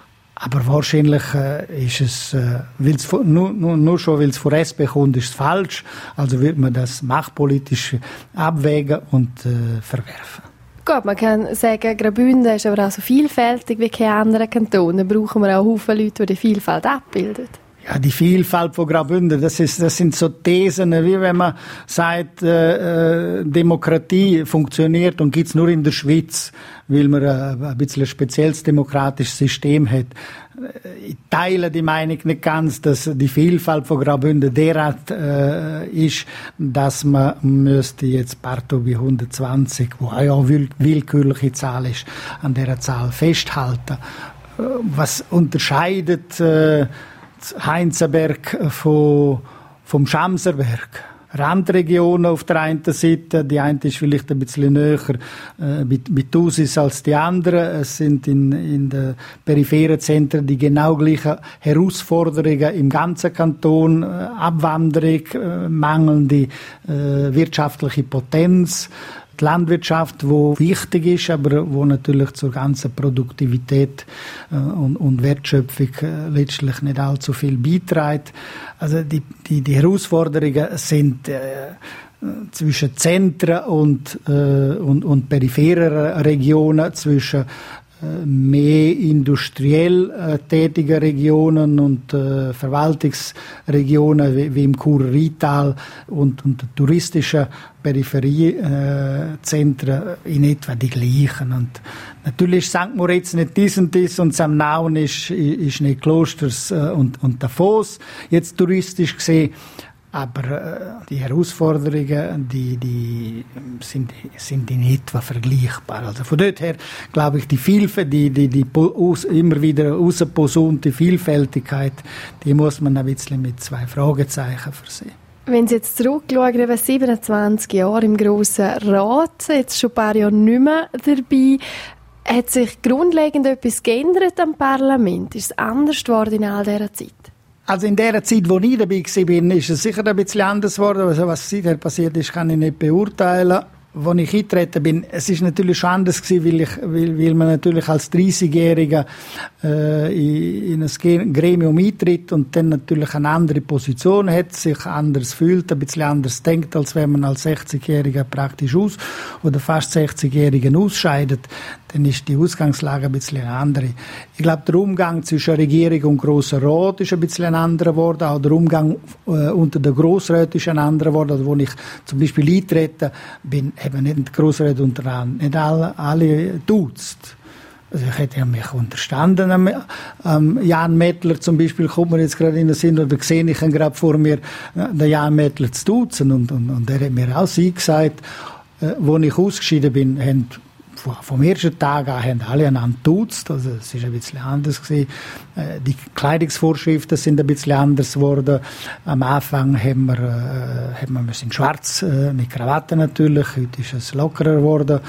Speaker 3: Aber wahrscheinlich äh, ist es, äh, weil's, nur, nur, nur schon weil es von S P kommt, ist es falsch. Also wird man das machtpolitisch abwägen und äh, verwerfen.
Speaker 2: Gut, man kann sagen, Graubünden ist aber auch so vielfältig wie keine anderen Kantone. Da brauchen wir auch Haufen Leute, die die Vielfalt abbilden.
Speaker 3: Ja, die Vielfalt von Graubünden, das ist, das sind so Thesen, wie wenn man sagt, äh, Demokratie funktioniert und gibt's nur in der Schweiz, weil man ein, ein bisschen ein spezielles demokratisches System hat. Ich teile die Meinung nicht ganz, dass die Vielfalt von Graubünden derart äh, ist, dass man müsste jetzt Parto bei hundertzwanzig, wo auch ja will, willkürliche Zahl ist, an dieser Zahl festhalten. Was unterscheidet äh, Heinzenberg von, vom Schamserberg? Randregionen auf der einen Seite, die eine ist vielleicht ein bisschen näher äh, mit, mit Thusis als die andere. Es sind in, in den peripheren Zentren die genau gleichen Herausforderungen im ganzen Kanton. Äh, Abwanderung, äh, mangelnde äh, wirtschaftliche Potenz, die Landwirtschaft, wo wichtig ist, aber wo natürlich zur ganzen Produktivität äh, und, und Wertschöpfung äh, letztlich nicht allzu viel beiträgt. Also die, die, die Herausforderungen sind äh, zwischen Zentren und, äh, und, und peripheren Regionen, zwischen mehr industriell äh, tätige Regionen und äh, Verwaltungsregionen wie, wie im Churer Rheintal und, und touristische Peripheriezentren äh, in etwa die gleichen. Und natürlich ist Sankt Moritz nicht dies und dies und Samnaun ist, ist nicht Klosters äh, und, und Davos, jetzt touristisch gesehen. Aber äh, die Herausforderungen, die, die sind, sind in etwa vergleichbar. Also von dort her glaube ich, die Vielfalt, die, die, die aus, immer wieder rausposaunte Vielfältigkeit, die muss man ein bisschen mit zwei Fragezeichen versehen.
Speaker 2: Wenn Sie jetzt zurückschauen, über siebenundzwanzig Jahre im Grossen Rat, jetzt schon ein paar Jahre nicht mehr dabei, hat sich grundlegend etwas geändert am Parlament? Ist es anders geworden in all dieser Zeit?
Speaker 3: Also in der Zeit, wo ich dabei war, ist es sicher ein bisschen anders geworden. Also was seither passiert ist, kann ich nicht beurteilen. Als ich eingetreten bin, es ist natürlich schon anders gewesen, weil, ich, weil, weil man natürlich als dreißigjähriger äh, in ein Gremium eintritt und dann natürlich eine andere Position hat, sich anders fühlt, ein bisschen anders denkt, als wenn man als sechzigjähriger praktisch aus oder fast sechzigjährigen ausscheidet. Dann ist die Ausgangslage ein bisschen eine andere. Ich glaube, der Umgang zwischen Regierung und Grosser Rat ist ein bisschen ein anderer geworden. Auch der Umgang äh, unter den Grossräten ist ein anderer geworden. Also, als ich zum Beispiel eingetreten bin, haben nicht die Grossräte untereinander, nicht alle, alle duzt. Also ich hätte mich unterstanden. Am, am Jan Mettler zum Beispiel kommt mir jetzt gerade in den Sinn, oder sehe ich ihn gerade vor mir, den Jan Mettler zu duzen. Und, und, und er hat mir auch sie gesagt, äh, wo ich ausgeschieden bin, haben vom ersten Tag an haben alle einander duzt, also es ist ein bisschen anders gewesen. Die Kleidungsvorschriften sind ein bisschen anders geworden. Am Anfang haben wir, äh, haben wir in schwarz, äh, mit Krawatte natürlich, heute ist es lockerer geworden.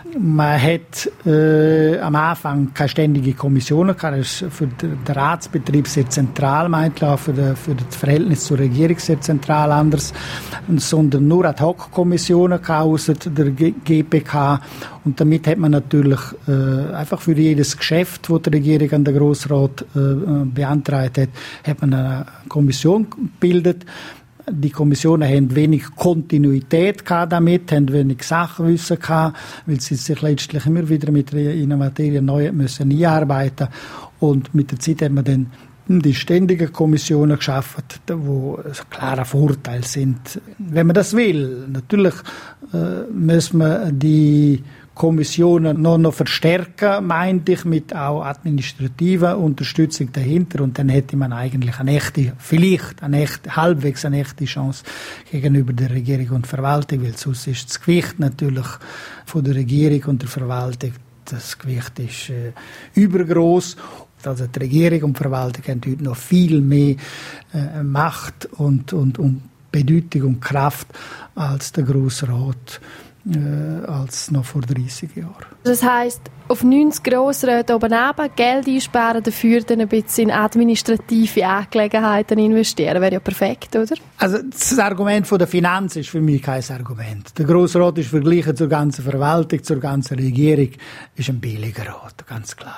Speaker 3: Man hat äh, am Anfang keine ständige Kommission gehabt. Das ist für den Ratsbetrieb sehr zentral, meint auch für, de, für das Verhältnis zur Regierung sehr zentral anders, sondern nur Ad-Hoc-Kommissionen außer der G P K. Und damit hat man natürlich äh, einfach für jedes Geschäft, das die Regierung an den Grossrat äh, beantragt hat, hat man eine Kommission gebildet. Die Kommissionen haben wenig Kontinuität gehabt damit, haben wenig Sachwissen gehabt, weil sie sich letztlich immer wieder mit einer Materie neu müssen einarbeiten. Und mit der Zeit haben wir dann die ständigen Kommissionen geschaffen, wo ein klarer Vorteil sind. Wenn man das will, natürlich äh, müssen wir die Kommissionen noch, noch verstärken, meinte ich, mit auch administrativer Unterstützung dahinter. Und dann hätte man eigentlich eine echte, vielleicht eine echte, halbwegs eine echte Chance gegenüber der Regierung und Verwaltung, weil sonst ist das Gewicht natürlich von der Regierung und der Verwaltung, das Gewicht ist äh, übergroß. Also die Regierung und die Verwaltung haben heute noch viel mehr äh, Macht und, und, und Bedeutung und Kraft als der Grosse Rat. Äh, als noch vor dreissig Jahren.
Speaker 2: Das heisst, auf neunzig Grossräte oben runter, Geld einsparen, dafür dann ein bisschen in administrative Angelegenheiten investieren. Wäre ja perfekt, oder?
Speaker 3: Also das Argument von der Finanz ist für mich kein Argument. Der Grossrat ist verglichen zur ganzen Verwaltung, zur ganzen Regierung, ist ein billiger Rat, ganz klar.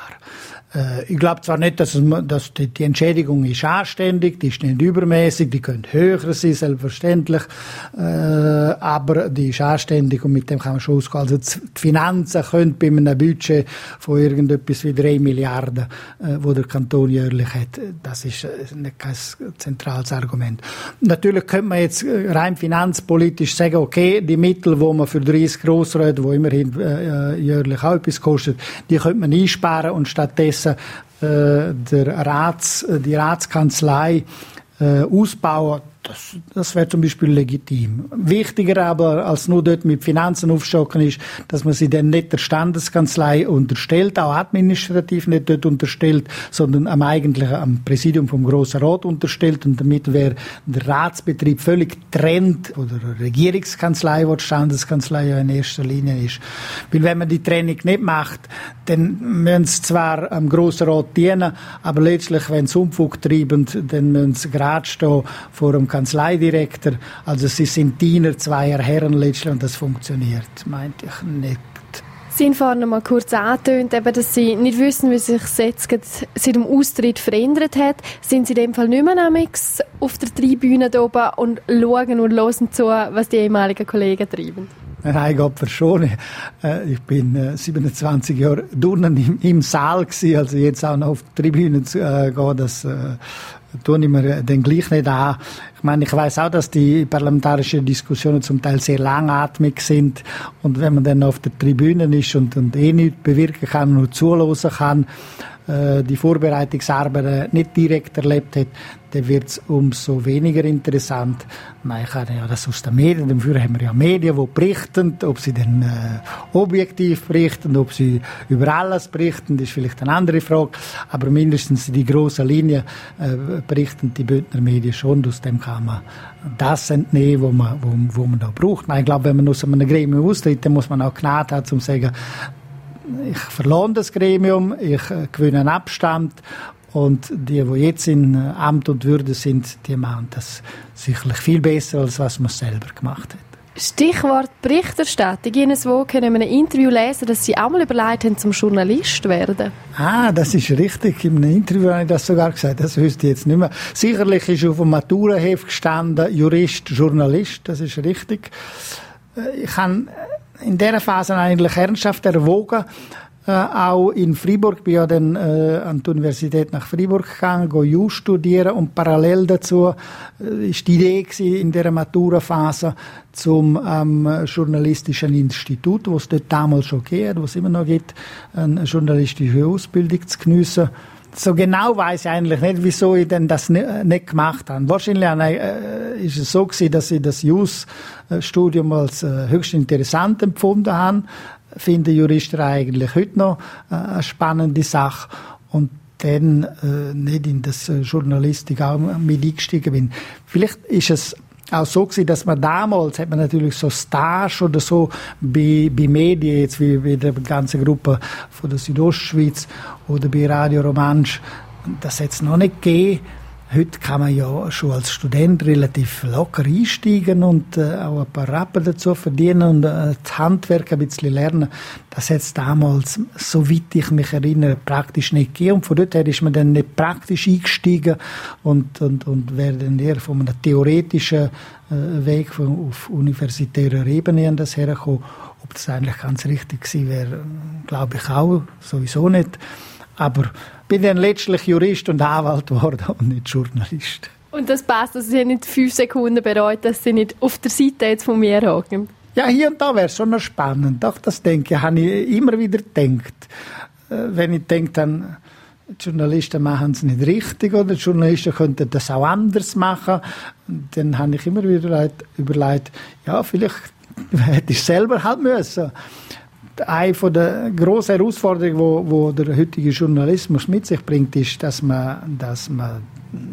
Speaker 3: Äh, ich glaube zwar nicht, dass, es, dass die, die Entschädigung ist anständig, die ist nicht übermäßig, die könnte höher sein, selbstverständlich, äh, aber die ist anständig und mit dem kann man schon ausgehen. Also die Finanzen können bei einem Budget von irgendetwas wie drei Milliarden, äh, wo der Kanton jährlich hat, das ist äh, nicht kein zentrales Argument. Natürlich könnte man jetzt rein finanzpolitisch sagen, okay, die Mittel, die man für dreißig Grossräte, die immerhin äh, jährlich auch etwas kostet, die könnte man einsparen und stattdessen äh, der Rats, die Ratskanzlei äh, ausbauen. Das, das wäre zum Beispiel legitim. Wichtiger aber, als nur dort mit Finanzen aufstocken, ist, dass man sie dann nicht der Standeskanzlei unterstellt, auch administrativ nicht dort unterstellt, sondern am eigentlichen, am Präsidium vom Grossen Rat unterstellt. Und damit wäre der Ratsbetrieb völlig getrennt, oder eine Regierungskanzlei, wo die Standeskanzlei ja in erster Linie ist. Weil wenn man die Trennung nicht macht, dann müssen sie zwar am Grossen Rat dienen, aber letztlich, wenn sie Unfug treiben, dann müssen sie gerade stehen vor einem Kanzleidirektor. Also sie sind Diener zweier Herren letztlich und das funktioniert, meinte ich nicht.
Speaker 2: Sie haben vorhin mal kurz angetönt, dass Sie nicht wissen, wie sich das jetzt seit dem Austritt verändert hat. Sind Sie in dem Fall nicht mehr auf der Tribüne da oben und schauen und hören zu, was die ehemaligen Kollegen treiben?
Speaker 3: Nein, Gott verschone. Ich bin siebenundzwanzig Jahre drinnen im, im Saal gewesen, also jetzt auch noch auf die Tribüne zu äh, gehen, das äh, tue ich mir dann gleich nicht an. Ich meine, ich weiss auch, dass die parlamentarischen Diskussionen zum Teil sehr langatmig sind und wenn man dann auf der Tribüne ist und, und eh nichts bewirken kann, nur zuhören kann, äh, die Vorbereitungsarbeit nicht direkt erlebt hat, dann wird es umso weniger interessant. Nein, ich habe ja das aus den Medien, dafür haben wir ja Medien, die berichten, ob sie dann äh, objektiv berichten, ob sie über alles berichten, das ist vielleicht eine andere Frage, aber mindestens die grossen Linien äh, berichten die Bündner Medien schon, aus dem kann man das entnehmen, was man, wo, wo man da braucht. Nein, ich glaube, wenn man aus einem Gremium austritt, dann muss man auch Gnade haben, um zu sagen, ich verlasse das Gremium, ich äh, gewinne einen Abstand. Und die, die jetzt in Amt und Würde sind, die machen das sicherlich viel besser, als was man selber gemacht hat.
Speaker 2: Stichwort Berichterstattung. Ines Wogen in einem Interview lesen, dass Sie auch mal überlegt haben, zum Journalist zu werden.
Speaker 3: Ah, das ist richtig. In einem Interview habe ich das sogar gesagt. Das wüsste ich jetzt nicht mehr. Sicherlich ist auf dem Maturaheft gestanden, Jurist, Journalist. Das ist richtig. Ich habe in dieser Phase eigentlich ernsthaft erwogen, Äh, auch in Freiburg, bin ja dann äh, an die Universität nach Freiburg gegangen, go Jus studieren und parallel dazu äh, ist die Idee gewesen, in dieser Maturaphase zum ähm, journalistischen Institut, wo es dort damals schon gibt, wo es immer noch gibt, eine journalistische Ausbildung zu geniessen. So genau weiss ich eigentlich nicht, wieso ich denn das nicht, nicht gemacht habe. Wahrscheinlich äh, ist es so gewesen, dass ich das Jus-Studium als äh, höchst interessant empfunden habe. finden Juristen eigentlich heute noch äh, eine spannende Sache. Und dann äh, nicht in das äh, Journalistik auch mit eingestiegen bin. Vielleicht ist es auch so gewesen, dass man damals, hat man natürlich so Stage oder so bei, bei Medien, jetzt wie bei der ganzen Gruppe von der Südostschweiz oder bei Radio Romansch, das hat es noch nicht gegeben. Heute kann man ja schon als Student relativ locker einsteigen und äh, auch ein paar Rappen dazu verdienen und äh, das Handwerk ein bisschen lernen. Das hat es damals, soweit ich mich erinnere, praktisch nicht gegeben. Und von dort her ist man dann nicht praktisch eingestiegen und, und, und wäre dann eher von einem theoretischen äh, Weg von, auf universitärer Ebene an das hergekommen. Ob das eigentlich ganz richtig gewesen wäre, glaube ich auch sowieso nicht. Aber bin dann letztlich Jurist und Anwalt geworden und nicht Journalist.
Speaker 2: Und das passt, dass Sie nicht fünf Sekunden bereut, dass Sie nicht auf der Seite jetzt von mir hocken?
Speaker 3: Ja, hier und da wäre es schon noch spannend. Doch, das denke ich, habe ich immer wieder gedacht. Wenn ich denke, dann die Journalisten machen es nicht richtig oder die Journalisten könnten das auch anders machen. Dann habe ich immer wieder überlegt, ja, vielleicht hätte ich selber halt müssen. Eine von der grossen Herausforderungen, wo, wo der heutige Journalismus mit sich bringt, ist, dass man, dass man,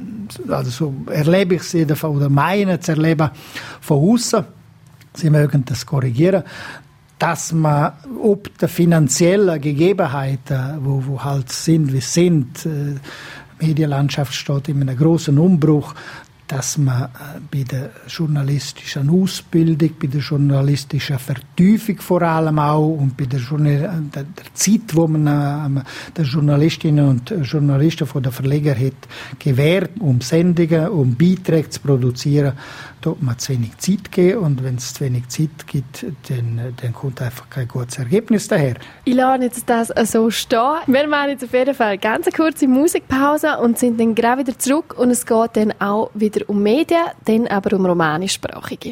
Speaker 3: also so erlebe ich es jedenfalls, oder meine zu erleben von außen, Sie mögen das korrigieren, dass man ob der finanziellen Gegebenheiten, wo, wo halt sind, wie sind, äh, die Medienlandschaft steht in einem grossen Umbruch, dass man bei der journalistischen Ausbildung, bei der journalistischen Vertiefung vor allem auch und bei der, Journal- der, der Zeit, wo man äh, den Journalistinnen und Journalisten von der Verleger hat gewährt, um Sendungen, um Beiträge zu produzieren, da hat man zu wenig Zeit gegeben und wenn es zu wenig Zeit gibt, dann, dann kommt einfach kein gutes Ergebnis daher.
Speaker 2: Ich lasse jetzt das so stehen. Wir machen jetzt auf jeden Fall eine ganz kurze Musikpause und sind dann gerade wieder zurück und es geht dann auch wieder um Medien, dann aber um romanischsprachige.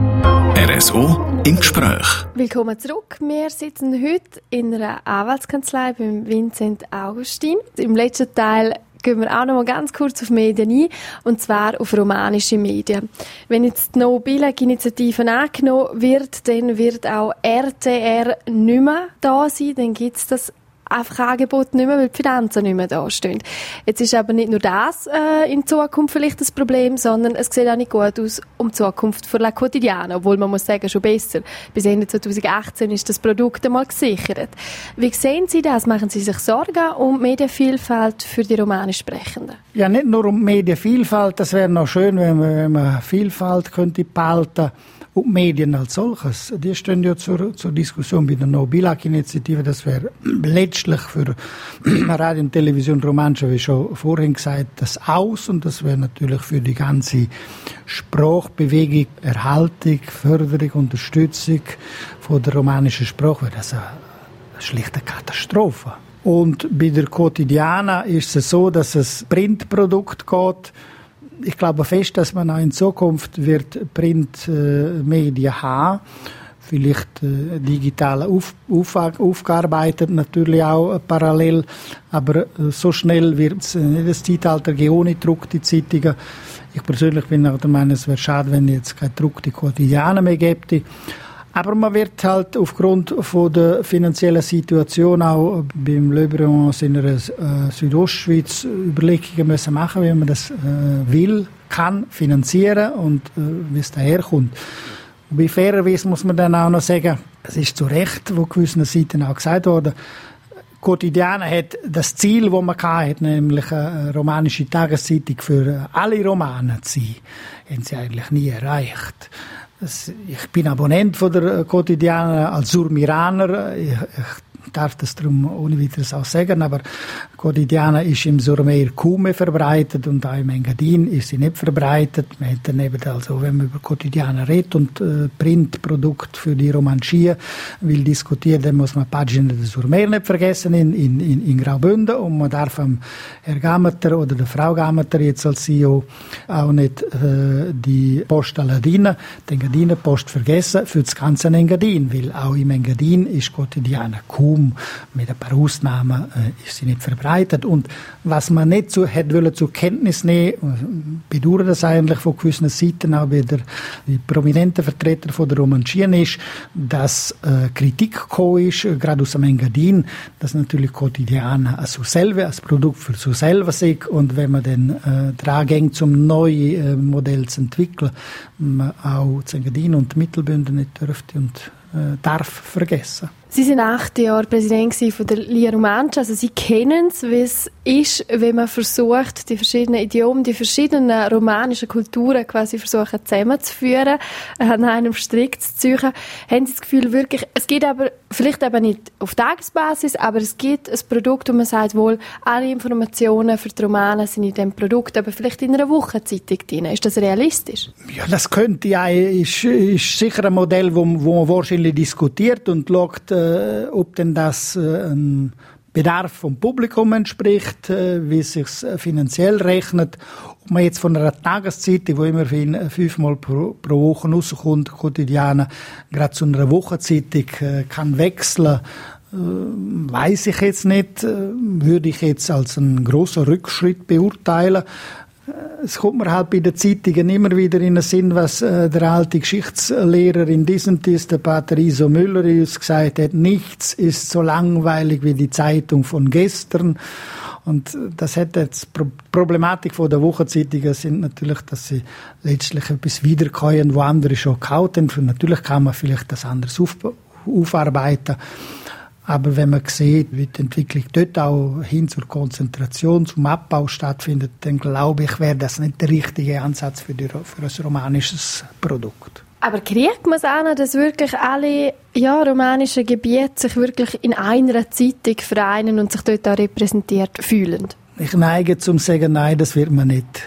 Speaker 1: R S O im Gespräch.
Speaker 2: Willkommen zurück. Wir sitzen heute in einer Anwaltskanzlei beim Vincent Augustin. Im letzten Teil gehen wir auch noch mal ganz kurz auf Medien ein, und zwar auf romanische Medien. Wenn jetzt die No-Billag-Initiative angenommen wird, dann wird auch R T R nicht mehr da sein, dann gibt es das einfach Angebot nicht mehr, weil die Finanzen nicht mehr da stehen. Jetzt ist aber nicht nur das äh, in Zukunft vielleicht das Problem, sondern es sieht auch nicht gut aus um die Zukunft von La Quotidiana, obwohl man muss sagen, schon besser. Bis Ende zwanzig achtzehn ist das Produkt einmal gesichert. Wie sehen Sie das? Machen Sie sich Sorgen um die Medienvielfalt für die romanisch Sprechenden?
Speaker 3: Ja, nicht nur um Medienvielfalt, das wäre noch schön, wenn man, wenn man Vielfalt könnte behalten. Und die Medien als solches, die stehen ja zur, zur Diskussion bei der No-Billag-Initiative. Das wäre letztlich für Radio und Television Romansch, wie schon vorhin gesagt, das Aus. Und das wäre natürlich für die ganze Sprachbewegung, Erhaltung, Förderung, Unterstützung von der romanischen Sprache, wäre das eine schlichte Katastrophe. Und bei der Quotidiana ist es so, dass es Printprodukt geht. Ich glaube fest, dass man auch in Zukunft wird Printmedien äh, haben. Vielleicht äh, digital auf, auf, aufgearbeitet, natürlich auch äh, parallel. Aber äh, so schnell wird es äh, nicht das Zeitalter gehen ohne gedruckte Zeitungen. Ich persönlich bin auch der Meinung, es wäre schade, wenn es jetzt keine gedruckte Quotidianen mehr gäbe. Aber man wird halt aufgrund von der finanziellen Situation auch beim Le Brun in der äh, Südostschweiz Überlegungen müssen machen, wie man das äh, will, kann, finanzieren und äh, wie es daherkommt. Und bei fairerweise muss man dann auch noch sagen, es ist zu Recht, wo gewissen Seiten auch gesagt wurde, Quotidiana hat das Ziel, das man hatte, nämlich eine romanische Tageszeitung für alle Romanen zu sein, haben sie eigentlich nie erreicht. Ich bin Abonnent von der Quotidiana als Surmiraner. Ich, ich darf das darum ohne weiteres auch sagen, aber Quotidiana ist im Surmeer kaum mehr verbreitet und auch im Engadin ist sie nicht verbreitet. Man hat daneben also, wenn man über Quotidiana redet und äh, Printprodukt für die Romanschie will diskutieren, dann muss man Paginen des Surmeer nicht vergessen in, in, in, in Graubünden und man darf am Herr Gameter oder der Frau Gameter jetzt als C E O auch nicht äh, die Post Aladina, die Engadiner Post vergessen für das ganze Engadin, weil auch im Engadin ist Quotidiana cool. kaum, mit ein paar Ausnahmen äh, ist sie nicht verbreitet. Und was man nicht so hätte wollen zur Kenntnis nehmen, bedauere das eigentlich von gewissen Seiten auch wieder die prominenten Vertreter von der Romanschia ist, dass äh, Kritik gekommen ist, äh, gerade aus dem Engadin, dass natürlich Quotidiana also selber als Produkt für so selber sich und wenn man dann äh, dran geht, zum neue äh, Modell zu entwickeln, man auch das Engadin und die Mittelbünden nicht dürfte und äh, darf vergessen.
Speaker 2: Sie sind acht Jahre Präsident von der Lia Romancia, also Sie kennen es, wie es ist, wenn man versucht, die verschiedenen Idiomen, die verschiedenen romanischen Kulturen quasi versuchen zusammenzuführen, an einem Strick zu ziehen. Haben Sie das Gefühl wirklich, es geht aber vielleicht eben nicht auf Tagesbasis, aber es gibt ein Produkt, wo man sagt, wohl, alle Informationen für die Romanen sind in diesem Produkt, aber vielleicht in einer Wochenzeitung drin. Ist das realistisch?
Speaker 3: Ja, das könnte ja, ist, ist sicher ein Modell, wo, wo man wahrscheinlich diskutiert und schaut, äh, ob denn das äh, ein Bedarf vom Publikum entspricht, äh, wie es sich finanziell rechnet. Ob man jetzt von einer Tageszeitung, die immer fünfmal pro, pro Woche rauskommt, Quotidiana, gerade zu einer Wochenzeitung äh, kann wechseln, äh, weiß ich jetzt nicht, äh, würde ich jetzt als einen grossen Rückschritt beurteilen. Es kommt mir halt bei den Zeitungen immer wieder in den Sinn, was äh, der alte Geschichtslehrer in diesem Test, der Pater Iso Müller, uns gesagt hat, nichts ist so langweilig wie die Zeitung von gestern. Und das hat jetzt die Problematik von der Wochenzeitungen sind natürlich, dass sie letztlich etwas wiederkäuen, wo andere schon gehaut haben. Natürlich kann man vielleicht das anders auf, aufarbeiten. Aber wenn man sieht, wie die Entwicklung dort auch hin zur Konzentration, zum Abbau stattfindet, dann glaube ich, wäre das nicht der richtige Ansatz für, die, für ein romanisches Produkt.
Speaker 2: Aber kriegt man es an, dass wirklich alle ja, romanischen Gebiete sich wirklich in einer Zeitung vereinen und sich dort auch repräsentiert fühlen?
Speaker 3: Ich neige zum sagen, nein, das wird man nicht,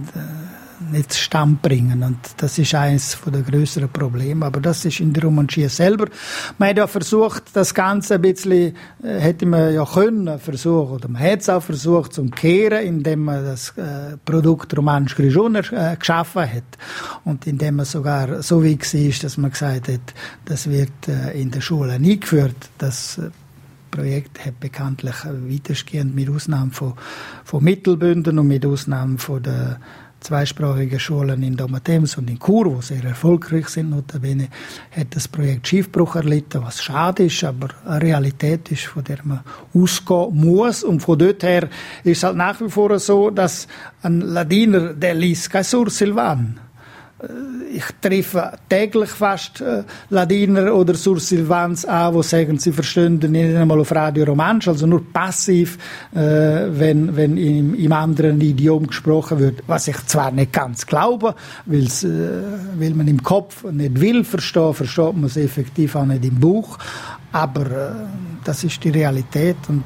Speaker 3: nicht zustande bringen. Und das ist eines der grösseren Probleme. Aber das ist in der Romanschia selber. Man hat ja versucht, das Ganze ein bisschen, äh, hätte man ja können versuchen, oder man hat es auch versucht, zu kehren, indem man das äh, Produkt Romansch Grigion äh, geschaffen hat. Und indem man sogar so weit war, dass man gesagt hat, das wird äh, in der Schule eingeführt. Das äh, Projekt hat bekanntlich weitestgehend mit Ausnahme von, von Mittelbünden und mit Ausnahme von der zweisprachigen Schulen in Domatems und in Chur, die sehr erfolgreich sind, notabene, hat das Projekt Schiffbruch erlitten, was schade ist, aber eine Realität ist, von der man ausgehen muss. Und von dort her ist es halt nach wie vor so, dass ein Ladiner, der liest kein Sursilvan. Ich treffe täglich fast äh, Ladiner oder Sursilvans an, die sagen, sie verstehen nicht einmal auf Radio Romansch, also nur passiv, äh, wenn, wenn im, im anderen Idiom gesprochen wird. Was ich zwar nicht ganz glaube, weil's, äh, weil man im Kopf nicht will verstehen, versteht man es effektiv auch nicht im Buch. Aber äh, das ist die Realität und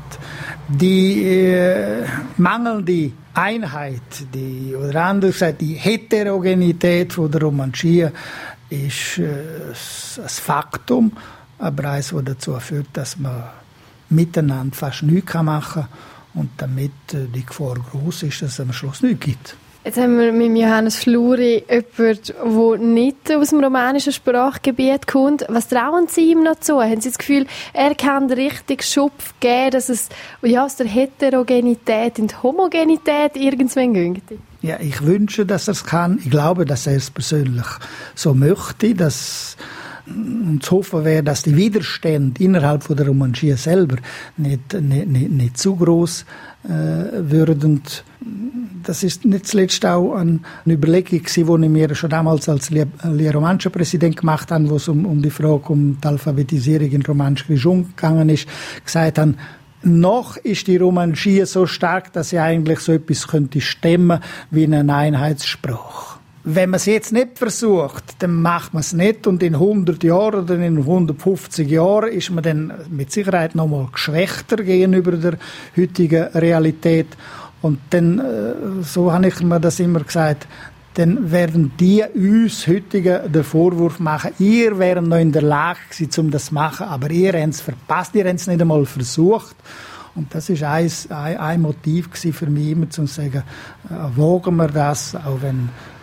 Speaker 3: die äh, mangelnde Einheit, die, oder anders gesagt, die Heterogenität von der Romanschia ist äh, ein Faktum, aber eines, das dazu führt, dass man miteinander fast nichts machen kann und damit äh, die Gefahr groß ist, dass es am Schluss nichts gibt.
Speaker 2: Jetzt haben wir mit Johannes Fluri jemanden, der nicht aus dem romanischen Sprachgebiet kommt. Was trauen Sie ihm noch zu? Haben Sie das Gefühl, er kann den richtigen Schupf geben, dass es ja, aus der Heterogenität in die Homogenität irgendwann geht?
Speaker 3: Ja, ich wünsche, dass er es kann. Ich glaube, dass er es persönlich so möchte, dass und zu hoffen wäre, dass die Widerstände innerhalb von der Romanschia selber nicht, nicht, nicht, nicht zu groß äh, würden. Das ist nicht zuletzt auch eine Überlegung gewesen, die ich mir schon damals als Lia Romantia Präsident gemacht habe, wo es um, um die Frage um die Alphabetisierung in Romansch Grigion gegangen ist, gesagt habe, noch ist die Romanschia so stark, dass sie eigentlich so etwas könnte stemmen wie einen Einheitssprach. Wenn man es jetzt nicht versucht, dann macht man es nicht und in hundert Jahren oder in hundertfünfzig Jahren ist man dann mit Sicherheit noch mal geschwächter gegenüber der heutigen Realität. Und dann, so habe ich mir das immer gesagt, dann werden die uns heutigen den Vorwurf machen, ihr wäret noch in der Lage gewesen, um das zu machen, aber ihr habt es verpasst, ihr habt es nicht einmal versucht. Und das war ein, ein, ein Motiv für mich, immer zu sagen, äh, wagen wir das, auch wenn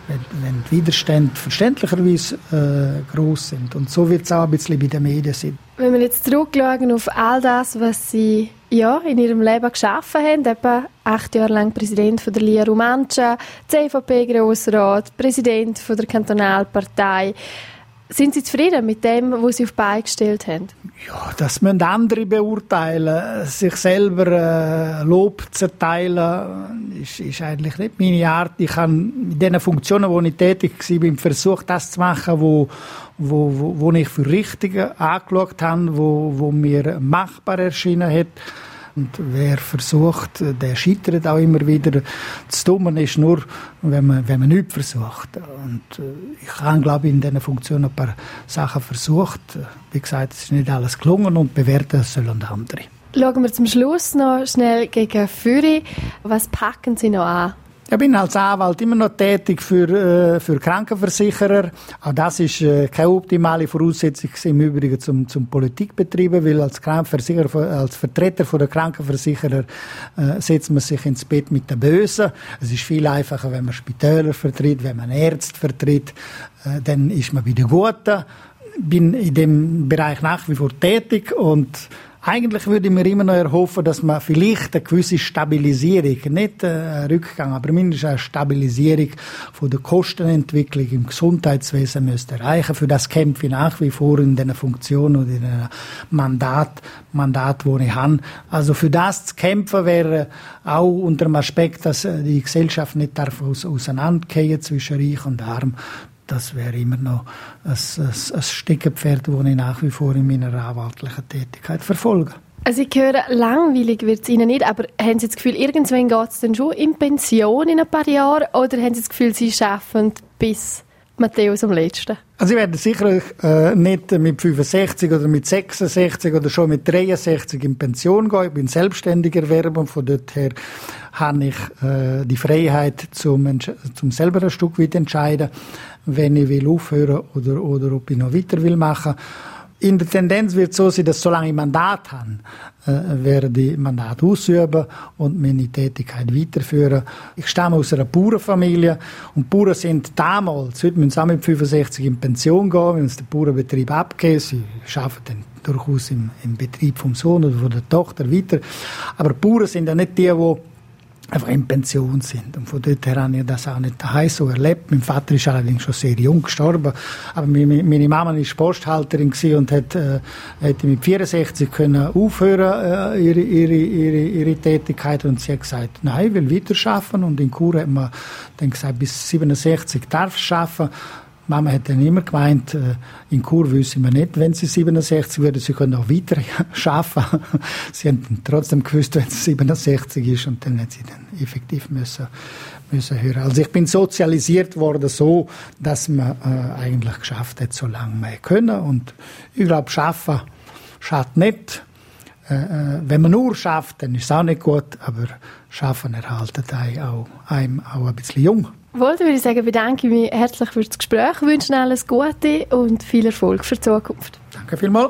Speaker 3: wenn, wenn die Widerstände verständlicherweise äh, gross sind. Und so wird es auch ein bisschen bei den Medien sein.
Speaker 2: Wenn wir jetzt zurückschauen auf all das, was Sie ja, in Ihrem Leben geschaffen haben, etwa acht Jahre lang Präsident von der Lia Romancia, C V P-Grossrat, Präsident von der Kantonalpartei. Sind Sie zufrieden mit dem, was Sie auf die Beine gestellt haben?
Speaker 3: Ja, das müssen andere beurteilen. Sich selber äh, Lob zu erteilen, ist, ist eigentlich nicht meine Art. Ich habe in den Funktionen, wo ich tätig war, versucht, das zu machen, wo, wo, wo, wo ich für richtig angeschaut habe, wo, wo mir machbar erschienen hat. Und wer versucht, der scheitert auch immer wieder. Das Dumme ist nur, wenn man, wenn man nichts versucht. Und ich habe, glaube ich, in diesen Funktionen ein paar Sachen versucht. Wie gesagt, es ist nicht alles gelungen und bewerten sollen andere.
Speaker 2: Schauen wir zum Schluss noch schnell gegen Führer. Was packen Sie noch an?
Speaker 3: Ich bin als Anwalt immer noch tätig für, äh, für Krankenversicherer. Auch das ist äh, keine optimale Voraussetzung im Übrigen zum, zum Politikbetreiben, weil als Krankenversicherer, als Vertreter von der Krankenversicherer äh, setzt man sich ins Bett mit den Bösen. Es ist viel einfacher, wenn man Spitäler vertritt, wenn man Ärzte vertritt, äh, dann ist man bei den Guten. Bin in dem Bereich nach wie vor tätig und eigentlich würde ich mir immer noch erhoffen, dass man vielleicht eine gewisse Stabilisierung, nicht ein Rückgang, aber mindestens eine Stabilisierung von der Kostenentwicklung im Gesundheitswesen müsste erreichen. Für das kämpfe ich nach wie vor in diesen Funktionen und in einem Mandat, Mandat, wo ich habe. Also für das zu kämpfen wäre auch unter dem Aspekt, dass die Gesellschaft nicht darf auseinandergehen zwischen Reich und Arm. Das wäre immer noch ein, ein, ein Steckenpferd, das ich nach wie vor in meiner anwaltlichen Tätigkeit verfolge.
Speaker 2: Also ich höre, langweilig wird es Ihnen nicht, aber haben Sie das Gefühl, irgendwann geht es dann schon in Pension in ein paar Jahren oder haben Sie das Gefühl, Sie arbeiten bis Matthäus am letzten?
Speaker 3: Also ich werde sicher äh, nicht mit fünfundsechzig oder mit sechsundsechzig oder schon mit dreiundsechzig in Pension gehen. Ich bin selbstständiger Erwerber und von dort her habe ich äh, die Freiheit, zum, zum selber ein Stück weit entscheiden, wenn ich will aufhören oder, oder ob ich noch weiter will machen. In der Tendenz wird es so sein, dass solange ich Mandat habe, äh, werde ich Mandat ausüben und meine Tätigkeit weiterführen. Ich stamme aus einer Bauernfamilie und Bauern sind damals, heute müssen sie auch mit fünfundsechzig in Pension gehen, wenn sie den Bauernbetrieb abgeben. Sie arbeiten dann durchaus im, im Betrieb vom Sohn oder von der Tochter weiter. Aber Bauern sind ja nicht die, die einfach in Pension sind. Und von dort her habe ich das auch nicht daheim so erlebt. Mein Vater ist allerdings schon sehr jung gestorben. Aber meine, meine Mama war Posthalterin und hat, äh, hätte mit vierundsechzig können aufhören, äh, ihre, ihre, ihre, ihre Tätigkeit. Und sie hat gesagt, nein, ich will weiter arbeiten. Und in Chur hat man dann gesagt, bis siebenundsechzig darf ich arbeiten. Mama hat dann immer gemeint, äh, in Chur wissen wir nicht, wenn sie siebenundsechzig würde, sie können auch weiter arbeiten. Sie haben trotzdem gewusst, wenn sie siebenundsechzig ist und dann hat sie dann effektiv müssen, müssen hören. Also ich bin sozialisiert worden so, dass man äh, eigentlich geschafft hat, so lange man können. Und ich glaube, arbeiten schadet nicht. Äh, wenn man nur schafft, dann ist es auch nicht gut, aber Schaffen erhaltet einem auch, einem auch ein bisschen jung.
Speaker 2: Wohl, würde ich sagen, bedanke ich mich herzlich für das Gespräch, wünsche Ihnen alles Gute und viel Erfolg für die Zukunft.
Speaker 3: Danke vielmals.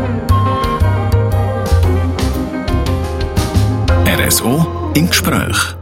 Speaker 1: R S O im Gespräch.